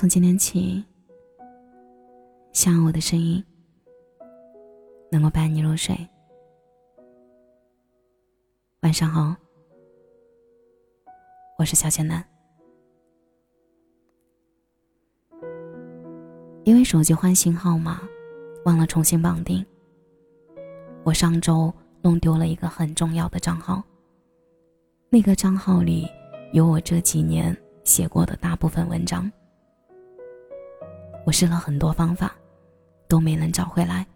从今天起，希望我的声音能够伴你入睡。晚上好，我是小简男。因为手机换新号码，忘了重新绑定，我上周弄丢了一个很重要的账号。那个账号里有我这几年写过的大部分文章，我试了很多方法，都没能找回来。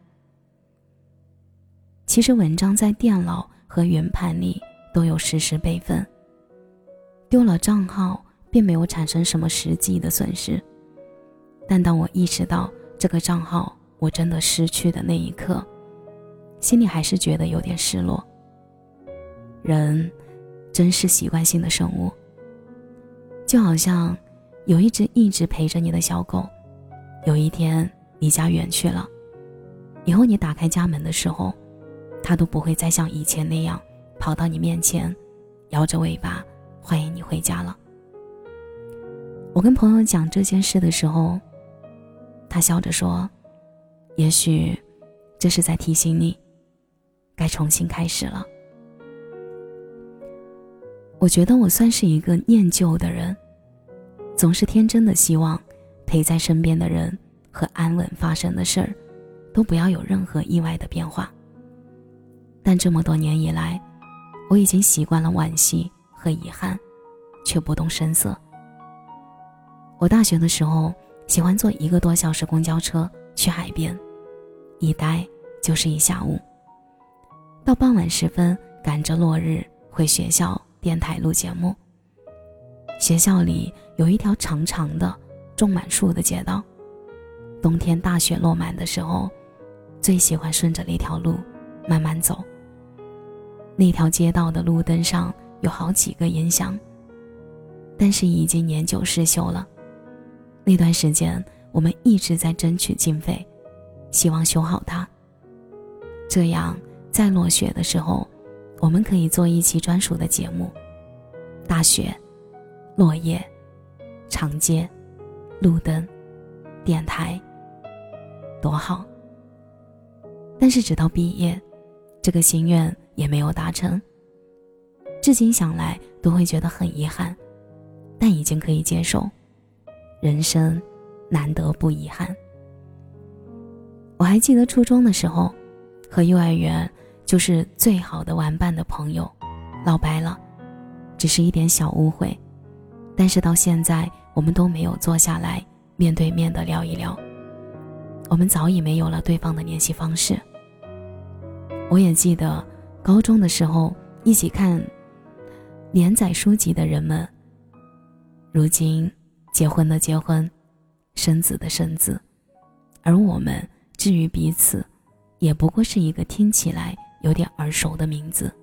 其实文章在电脑和云盘里都有实时备份，丢了账号并没有产生什么实际的损失。但当我意识到这个账号我真的失去的那一刻，心里还是觉得有点失落。人真是习惯性的生物，就好像有一只一直陪着你的小狗，有一天离家远去了，以后你打开家门的时候，它都不会再像以前那样跑到你面前，摇着尾巴欢迎你回家了。我跟朋友讲这件事的时候，他笑着说，也许这是在提醒你该重新开始了。我觉得我算是一个念旧的人，总是天真的希望陪在身边的人和安稳发生的事儿都不要有任何意外的变化。但这么多年以来，我已经习惯了惋惜和遗憾，却不动声色。我大学的时候喜欢坐1个多小时公交车去海边，一待就是一下午。到傍晚时分赶着落日回学校电台录节目。学校里有一条长长的种满树的街道，冬天大雪落满的时候，最喜欢顺着那条路慢慢走。那条街道的路灯上有好几个音响，但是已经年久失修了。那段时间我们一直在争取经费，希望修好它，这样在落雪的时候我们可以做一期专属的节目。大雪、落叶、长街、路灯、电台，多好。但是直到毕业，这个心愿也没有达成。至今想来都会觉得很遗憾，但已经可以接受。人生难得不遗憾。我还记得初中的时候，和幼儿园就是最好的玩伴的朋友闹掰了，只是一点小误会，但是到现在我们都没有坐下来面对面的聊一聊，我们早已没有了对方的联系方式。我也记得高中的时候一起看连载书籍的人们，如今结婚的结婚，生子的生子，而我们至于彼此也不过是一个听起来有点耳熟的名字。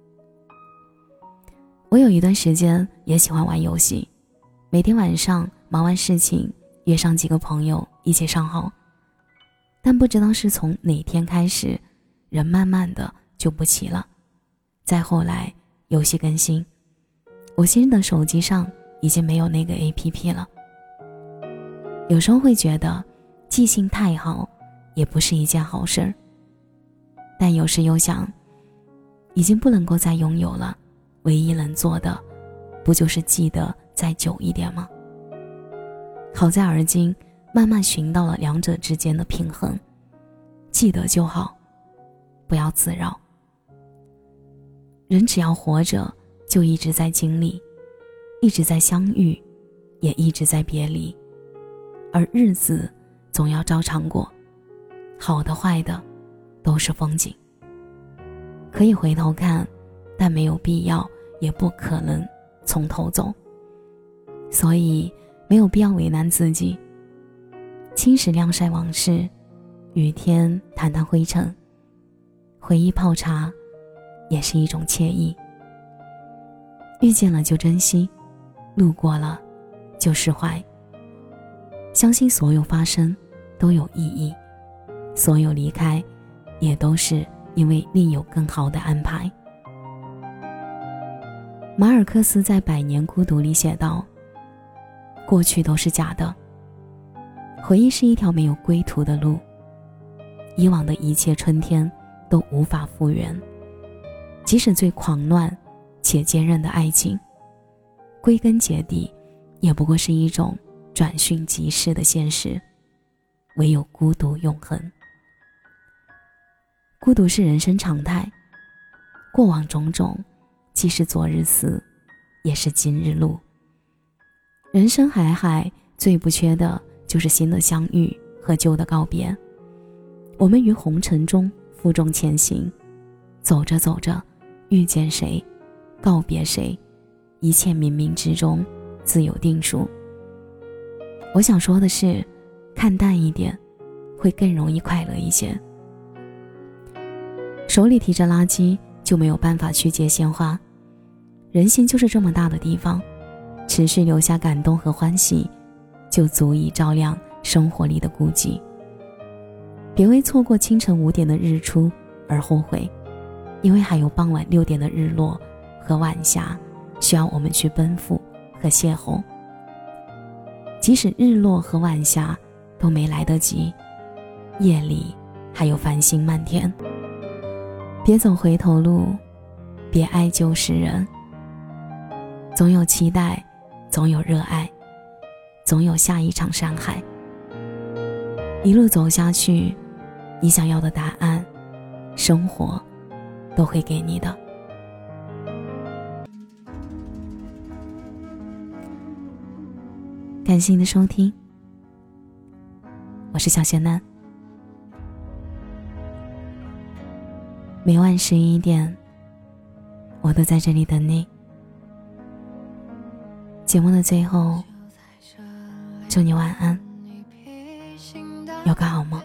我有一段时间也喜欢玩游戏，每天晚上忙完事情约上几个朋友一起上号，但不知道是从哪天开始，人慢慢的就不齐了。再后来游戏更新，我新的手机上已经没有那个 APP 了。有时候会觉得记性太好也不是一件好事儿，但有时又想，已经不能够再拥有了，唯一能做的不就是记得再久一点吗？好在而今慢慢寻到了两者之间的平衡，记得就好，不要自扰。人只要活着，就一直在经历，一直在相遇，也一直在别离，而日子总要照常过，好的坏的都是风景，可以回头看，但没有必要也不可能从头走，所以没有必要为难自己。青石晾晒往事，雨天弹弹灰尘，回忆泡茶也是一种惬意。遇见了就珍惜，路过了就释怀。相信所有发生都有意义，所有离开也都是因为另有更好的安排。马尔克斯在《百年孤独》里写道，过去都是假的， 回忆是一条没有归途的路，以往的一切春天都无法复原，即使最狂乱且坚韧的爱情，归根结底也不过是一种转瞬即逝的现实，唯有孤独永恒。孤独是人生常态，过往种种既是昨日死，也是今日路。人生海海，最不缺的就是新的相遇和旧的告别。我们于红尘中负重前行，走着走着，遇见谁，告别谁，一切冥冥之中自有定数。我想说的是，看淡一点，会更容易快乐一些。手里提着垃圾，就没有办法去接鲜花。人心就是这么大的地方，持续留下感动和欢喜，就足以照亮生活里的孤寂。别为错过清晨5点的日出而后悔，因为还有傍晚6点的日落和晚霞需要我们去奔赴和邂逅。即使日落和晚霞都没来得及，夜里还有繁星漫天。别走回头路，别爱旧时人。总有期待，总有热爱，总有下一场山海。一路走下去，你想要的答案，生活都会给你的。感谢你的收听，我是小仙男。每晚11点，我都在这里等你。节目的最后，祝你晚安，有个好梦。